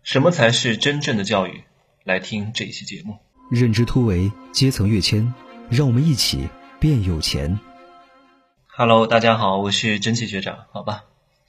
什么才是真正的教育？来听这期节目。 认知突围，阶层跃迁，让我们一起变有钱。 Hello， 大家好，我是真气学长，好吧。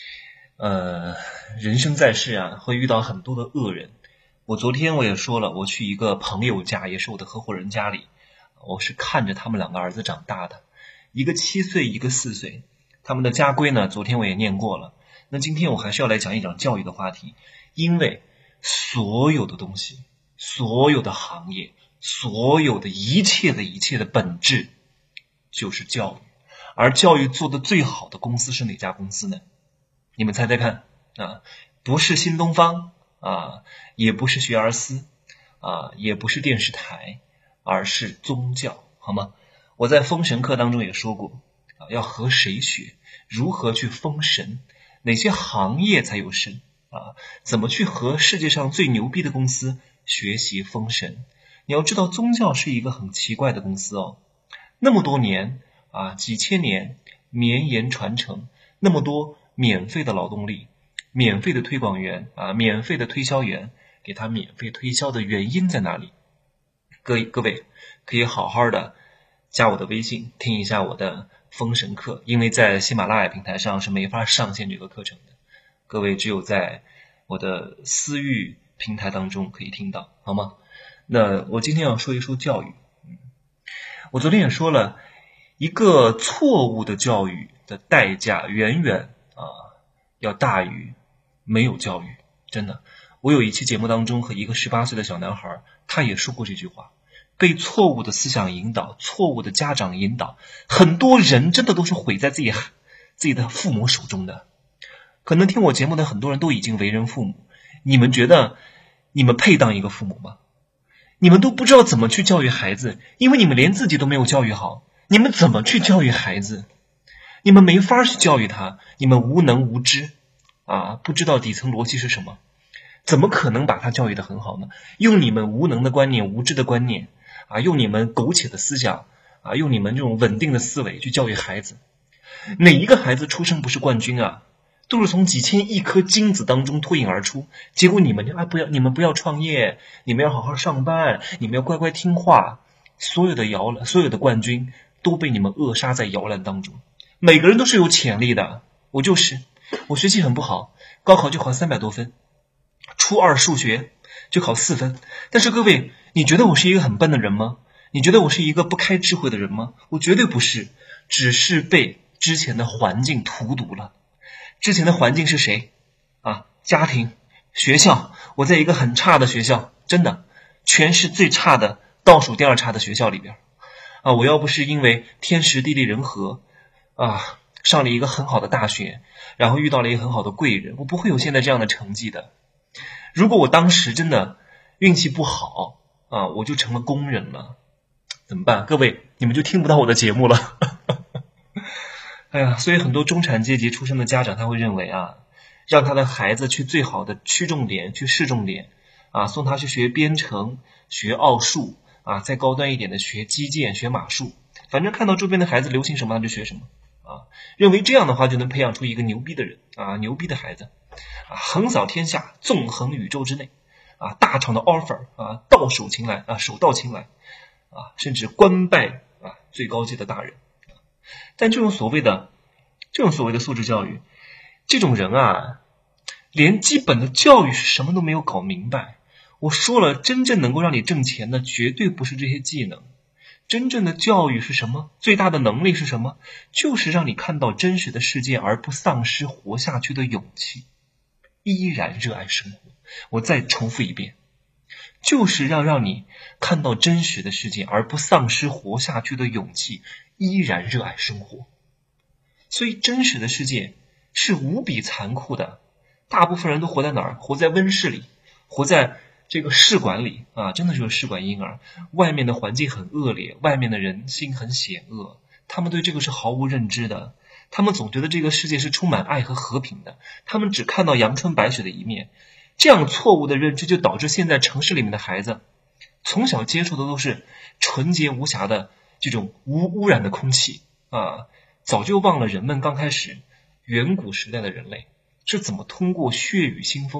人生在世啊，会遇到很多的恶人。昨天也说了，我去一个朋友家，也是我的合伙人家里，我是看着他们两个儿子长大的，一个7岁，一个4岁。他们的家规呢，昨天我也念过了。那今天我还是要来讲一讲教育的话题，因为所有的东西，所有的行业，所有的一切的本质就是教育。而教育做的最好的公司是哪家公司呢？你们猜猜看啊？不是新东方啊，也不是学而思啊，也不是电视台，而是宗教，好吗？我在封神课当中也说过啊，要和谁学，如何去封神，哪些行业才有神啊？怎么去和世界上最牛逼的公司学习封神？你要知道，宗教是一个很奇怪的公司哦，那么多年啊，几千年绵延传承，那么多免费的劳动力，免费的推广员啊，免费的推销员，给他免费推销的原因在哪里？各位可以好好的加我的微信，听一下我的封神课，因为在喜马拉雅平台上是没法上线这个课程的，各位只有在我的私域平台当中可以听到，好吗？那我今天要说一说教育。我昨天也说了，一个错误的教育的代价远远要大于没有教育，真的。我有一期节目当中和一个18岁的小男孩，他也说过这句话，被错误的思想引导，错误的家长引导，很多人真的都是毁在自己的父母手中的。可能听我节目的很多人都已经为人父母，你们觉得你们配当一个父母吗？你们都不知道怎么去教育孩子，因为你们连自己都没有教育好，你们怎么去教育孩子？你们没法去教育他，你们无能无知啊，不知道底层逻辑是什么，怎么可能把他教育得很好呢？用你们无能的观念，无知的观念啊，用你们苟且的思想啊，用你们这种稳定的思维去教育孩子。哪一个孩子出生不是冠军啊？都是从几千亿颗精子当中脱颖而出，结果你们不要创业，你们要好好上班，你们要乖乖听话，所有的冠军都被你们扼杀在摇篮当中。每个人都是有潜力的，我学习很不好，高考就考300多分，初2数学就考4分。但是各位，你觉得我是一个很笨的人吗？你觉得我是一个不开智慧的人吗？我绝对不是，只是被之前的环境荼毒了。之前的环境是谁啊？家庭、学校，我在一个很差的学校，真的全市最差的倒数第2差的学校里边啊！我要不是因为天时地利人和啊，上了一个很好的大学，然后遇到了一个很好的贵人，我不会有现在这样的成绩的。如果我当时真的运气不好啊，我就成了工人了，怎么办？各位，你们就听不到我的节目了。哎呀，所以很多中产阶级出身的家长，他会认为啊，让他的孩子去最好的区重点，去市重点啊，送他去学编程、学奥数啊，再高端一点的学击剑、学马术，反正看到周边的孩子流行什么他就学什么啊，认为这样的话就能培养出一个牛逼的人啊，牛逼的孩子啊，横扫天下，纵横宇宙之内啊，大厂的 offer 啊，手到擒来啊，甚至官拜啊最高级的大人。但这种所谓的素质教育，这种人啊，连基本的教育是什么都没有搞明白。我说了，真正能够让你挣钱的绝对不是这些技能，真正的教育是什么？最大的能力是什么？就是让你看到真实的世界而不丧失活下去的勇气，依然热爱生活。我再重复一遍，就是让你看到真实的世界而不丧失活下去的勇气，依然热爱生活。所以真实的世界是无比残酷的，大部分人都活在哪儿？活在温室里，活在这个试管里啊，真的是个试管婴儿。外面的环境很恶劣，外面的人心很险恶，他们对这个是毫无认知的，他们总觉得这个世界是充满爱和和平的，他们只看到阳春白雪的一面。这样错误的认知就导致现在城市里面的孩子从小接触的都是纯洁无瑕的这种无污染的空气啊，早就忘了人们刚开始远古时代的人类是怎么通过血雨腥风，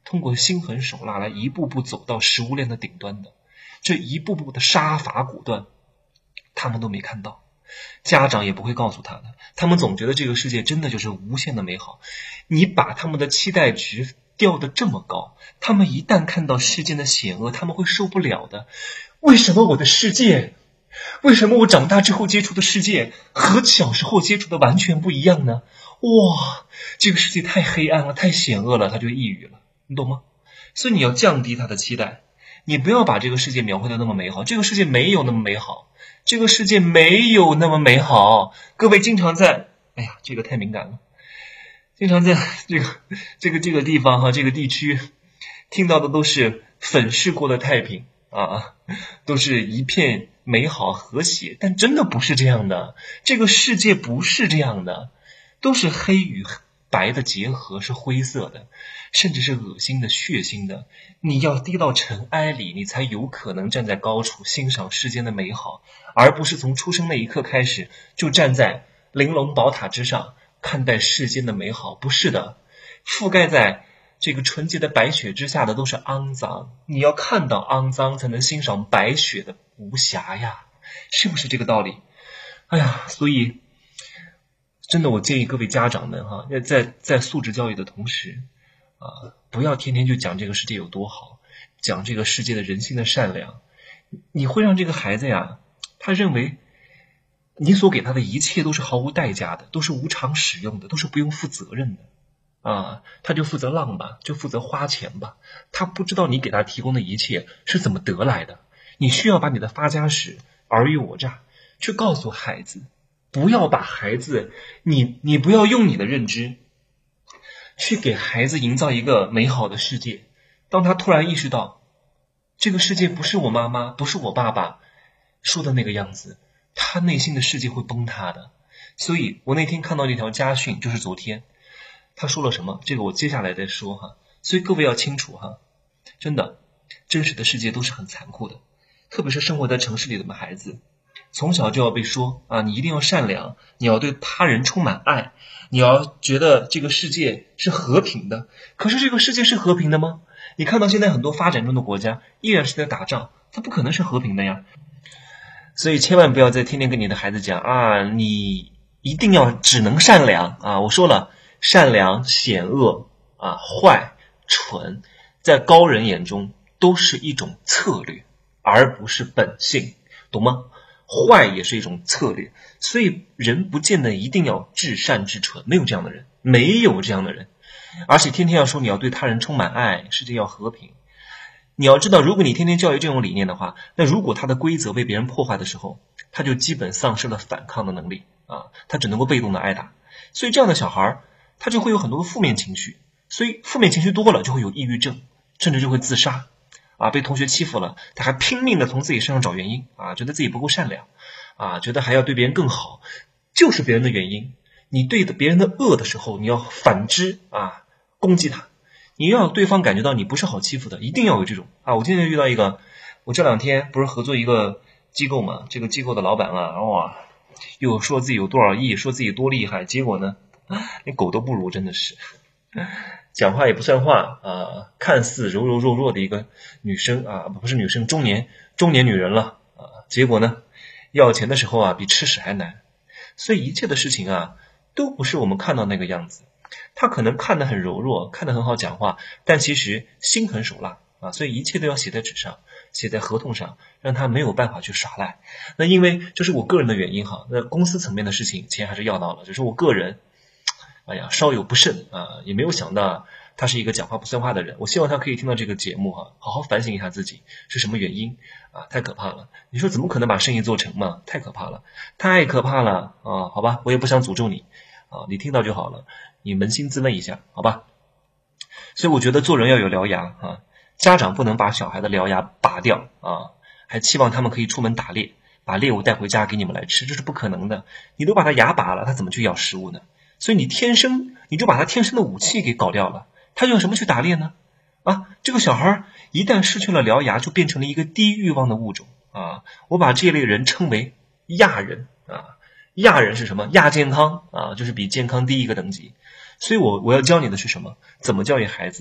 通过心狠手辣来一步步走到食物链的顶端的。这一步步的杀伐果断，他们都没看到，家长也不会告诉他的。他们总觉得这个世界真的就是无限的美好，你把他们的期待值调得这么高，他们一旦看到世间的险恶，他们会受不了的。为什么我的世界，为什么我长大之后接触的世界和小时候接触的完全不一样呢？哇，这个世界太黑暗了，太险恶了，他就抑郁了，你懂吗？所以你要降低他的期待，你不要把这个世界描绘的那么美好，这个世界没有那么美好，这个世界没有那么美好。各位经常在，哎呀，这个太敏感了，经常在这个地方这个地区听到的都是粉饰过的太平啊，都是一片美好和谐，但真的不是这样的，这个世界不是这样的，都是黑与白的结合，是灰色的，甚至是恶心的、血腥的。你要低到尘埃里，你才有可能站在高处欣赏世间的美好，而不是从出生那一刻开始就站在玲珑宝塔之上看待世间的美好。不是的，覆盖在这个纯洁的白雪之下的都是肮脏，你要看到肮脏才能欣赏白雪的无瑕呀，是不是这个道理？哎呀，所以真的我建议各位家长们在素质教育的同时不要天天就讲这个世界有多好，讲这个世界的人性的善良，你会让这个孩子呀，他认为你所给他的一切都是毫无代价的，都是无偿使用的，都是不用负责任的他就负责浪吧，就负责花钱吧，他不知道你给他提供的一切是怎么得来的。你需要把你的发家史尔虞我诈去告诉孩子，不要把孩子你不要用你的认知去给孩子营造一个美好的世界。当他突然意识到这个世界不是我妈妈不是我爸爸说的那个样子，他内心的世界会崩塌的。所以我那天看到这条家训，就是昨天他说了什么，这个我接下来再说所以各位要清楚真的真实的世界都是很残酷的，特别是生活在城市里的孩子，从小就要被说你一定要善良，你要对他人充满爱，你要觉得这个世界是和平的。可是这个世界是和平的吗？你看到现在很多发展中的国家依然是在打仗，它不可能是和平的呀。所以千万不要再天天跟你的孩子讲你一定要只能善良我说了，善良、险恶坏、蠢，在高人眼中都是一种策略，而不是本性，懂吗？坏也是一种策略，所以人不见得一定要至善至纯，没有这样的人，没有这样的人。而且天天要说你要对他人充满爱，世界要和平。你要知道，如果你天天教育这种理念的话，那如果他的规则被别人破坏的时候，他就基本丧失了反抗的能力他只能够被动的挨打。所以这样的小孩他就会有很多的负面情绪，所以负面情绪多了就会有抑郁症，甚至就会自杀被同学欺负了，他还拼命的从自己身上找原因觉得自己不够善良觉得还要对别人更好，就是别人的原因。你对别人的恶的时候，你要反之攻击他，你要让对方感觉到你不是好欺负的，一定要有这种我今天遇到一个，我这2天不是合作一个机构嘛，这个机构的老板又说自己有多少亿，说自己多厉害，结果呢连狗都不如，真的是讲话也不算话看似柔柔弱弱的一个女生不是女生，中年女人了结果呢要钱的时候比吃屎还难。所以一切的事情都不是我们看到那个样子，他可能看得很柔弱，看得很好讲话，但其实心狠手辣所以一切都要写在纸上，写在合同上，让他没有办法去耍赖。那因为这是我个人的原因那公司层面的事情钱还是要到了，只是我个人稍有不慎也没有想到他是一个讲话不算话的人。我希望他可以听到这个节目好好反省一下自己是什么原因太可怕了。你说怎么可能把生意做成嘛？太可怕了，太可怕了好吧，我也不想诅咒你你听到就好了，你扪心自问一下，好吧。所以我觉得做人要有獠牙家长不能把小孩的獠牙拔掉还期望他们可以出门打猎，把猎物带回家给你们来吃，这是不可能的。你都把他牙拔了，他怎么去咬食物呢？所以你就把他天生的武器给搞掉了，他用什么去打猎呢？这个小孩一旦失去了獠牙，就变成了一个低欲望的物种我把这类人称为亚人亚人是什么？亚健康就是比健康低一个等级。所以我要教你的是什么？怎么教育孩子？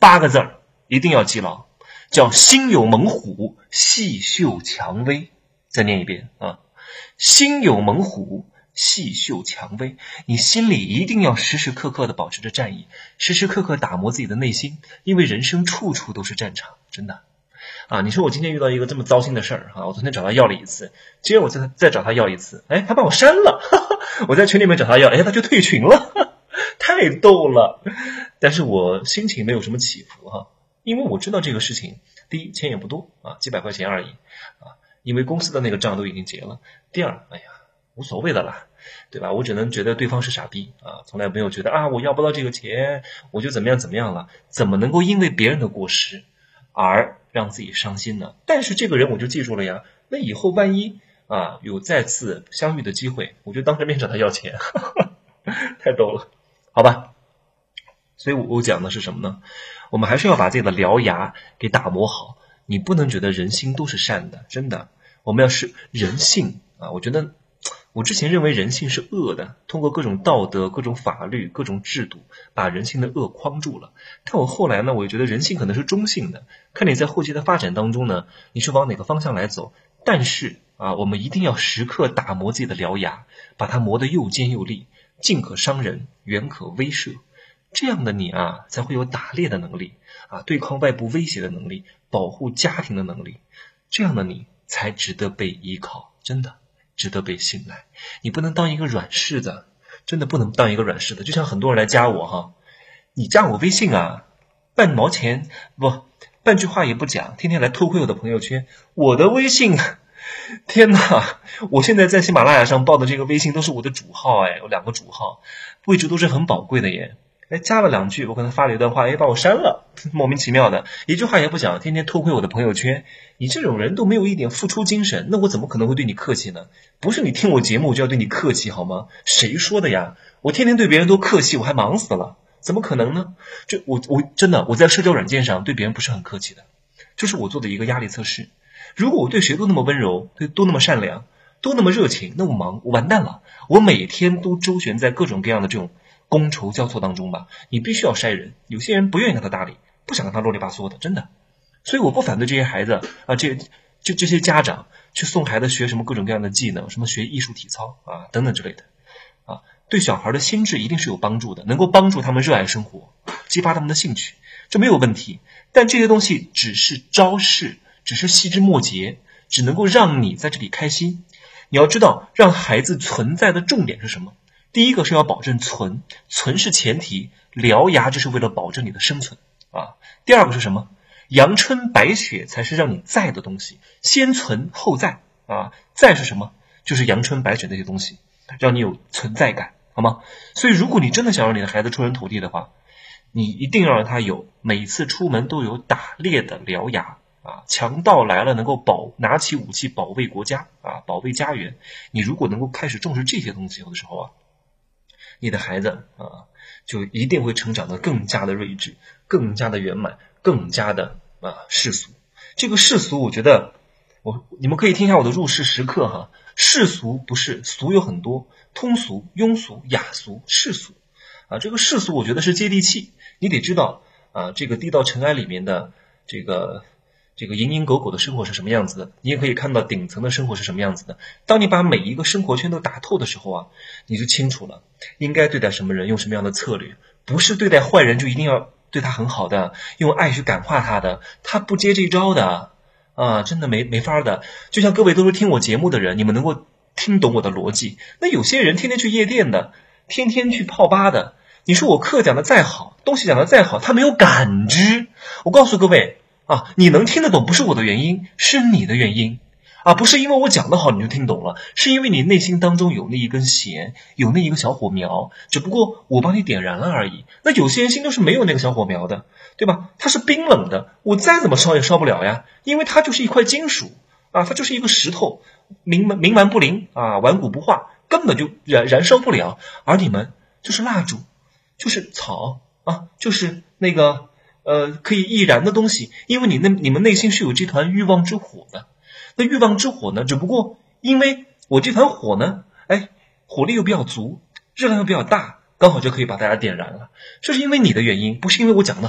8个字儿一定要记牢，叫心有猛虎，细嗅蔷薇。再念一遍啊，心有猛虎，细嗅蔷薇。你心里一定要时时刻刻的保持着战役，时时刻刻打磨自己的内心，因为人生处处都是战场，真的。你说我今天遇到一个这么糟心的事儿我昨天找他要了一次，今天我再找他要一次，他把我删了，我在群里面找他要，他就退群了，太逗了。但是我心情没有什么起伏因为我知道这个事情，第一钱也不多几百块钱而已因为公司的那个账都已经结了。第二，无所谓的啦，对吧？我只能觉得对方是傻逼从来没有觉得我要不到这个钱我就怎么样了，怎么能够因为别人的过失而让自己伤心呢？但是这个人我就记住了呀，那以后万一有再次相遇的机会，我就当着面找他要钱太逗了，好吧。所以我讲的是什么呢？我们还是要把自己的獠牙给打磨好，你不能觉得人心都是善的，真的。我们要是人性我觉得我之前认为人性是恶的，通过各种道德、各种法律、各种制度把人性的恶框住了。但我后来呢，我觉得人性可能是中性的，看你在后期的发展当中呢，你是往哪个方向来走。但是我们一定要时刻打磨自己的獠牙，把它磨得又尖又利，近可伤人，远可威慑。这样的你才会有打猎的能力对抗外部威胁的能力，保护家庭的能力。这样的你才值得被依靠，真的值得被信赖。你不能当一个软柿子，真的不能当一个软柿子。就像很多人来加我你加我微信半毛钱不，半句话也不讲，天天来偷窥我的朋友圈。我的微信天哪，我现在在喜马拉雅上报的这个微信都是我的主号有2个主号，位置都是很宝贵的耶。加了2句，我可能发了一段话把我删了，莫名其妙的，一句话也不讲，天天偷窥我的朋友圈。你这种人都没有一点付出精神，那我怎么可能会对你客气呢？不是你听我节目就要对你客气好吗？谁说的呀？我天天对别人都客气，我还忙死了，怎么可能呢？我真的我在社交软件上对别人不是很客气的，就是我做的一个压力测试。如果我对谁都那么温柔，都那么善良，都那么热情，那我完蛋了。我每天都周旋在各种各样的这种觥筹交错当中吧。你必须要筛人，有些人不愿意跟他搭理，不想跟他啰里吧嗦的，真的。所以我不反对这些孩子这些家长去送孩子学什么各种各样的技能，什么学艺术体操等等之类的对小孩的心智一定是有帮助的，能够帮助他们热爱生活，激发他们的兴趣，这没有问题。但这些东西只是招式，只是细枝末节，只能够让你在这里开心。你要知道让孩子存在的重点是什么？第一个是要保证存是前提，獠牙就是为了保证你的生存第二个是什么？阳春白雪才是让你在的东西，先存后在在是什么？就是阳春白雪那些东西，让你有存在感，好吗？所以如果你真的想让你的孩子出人头地的话，你一定要让他有每次出门都有打猎的獠牙强盗来了能够拿起武器保卫国家保卫家园。你如果能够开始重视这些东西有的时候你的孩子就一定会成长得更加的睿智，更加的圆满，更加的世俗。这个世俗我觉得你们可以听一下我的入世时刻世俗不是俗，有很多通俗、庸俗、雅俗、世俗这个世俗我觉得是接地气。你得知道这个地道尘埃里面的这个蝇营狗苟的生活是什么样子的，你也可以看到顶层的生活是什么样子的。当你把每一个生活圈都打透的时候你就清楚了应该对待什么人，用什么样的策略。不是对待坏人就一定要对他很好的，用爱去感化他的，他不接这招的真的没法的。就像各位都是听我节目的人，你们能够听懂我的逻辑。那有些人天天去夜店的，天天去泡吧的，你说我课讲的再好，东西讲的再好，他没有感知。我告诉各位你能听得懂不是我的原因，是你的原因不是因为我讲得好你就听懂了，是因为你内心当中有那一根弦，有那一个小火苗，只不过我帮你点燃了而已。那有些人心中是没有那个小火苗的，对吧？它是冰冷的，我再怎么烧也烧不了呀，因为它就是一块金属它就是一个石头，冥顽不灵顽固不化，根本就燃烧不了。而你们就是蜡烛，就是草就是那个可以易燃的东西，因为你们内心是有这团欲望之火的。那欲望之火呢，只不过因为我这团火呢火力又比较足，热量又比较大，刚好就可以把大家点燃了。这是因为你的原因，不是因为我讲得好。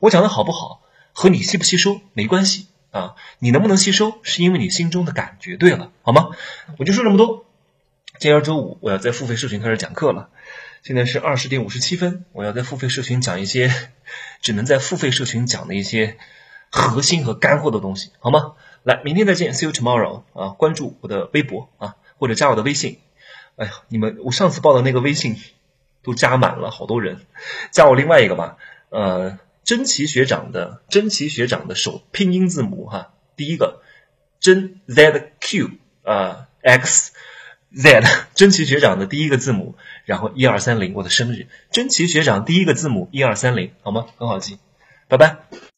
我讲的好不好和你吸不吸收没关系啊，你能不能吸收是因为你心中的感觉对了，好吗？我就说这么多。今天周五我要在付费社群开始讲课了，现在是20点57分，我要在付费社群讲一些只能在付费社群讲的一些核心和干货的东西，好吗？来，明天再见 ，See you tomorrow 啊！关注我的微博啊，或者加我的微信。哎呀，我上次报的那个微信都加满了，好多人。加我另外一个吧，真奇学长的首拼音字母哈，第一个真 ZQ X Z， 真奇学长的第一个字母，然后1230，我的生日，真奇学长第一个字母1230，好吗？很好记，拜拜。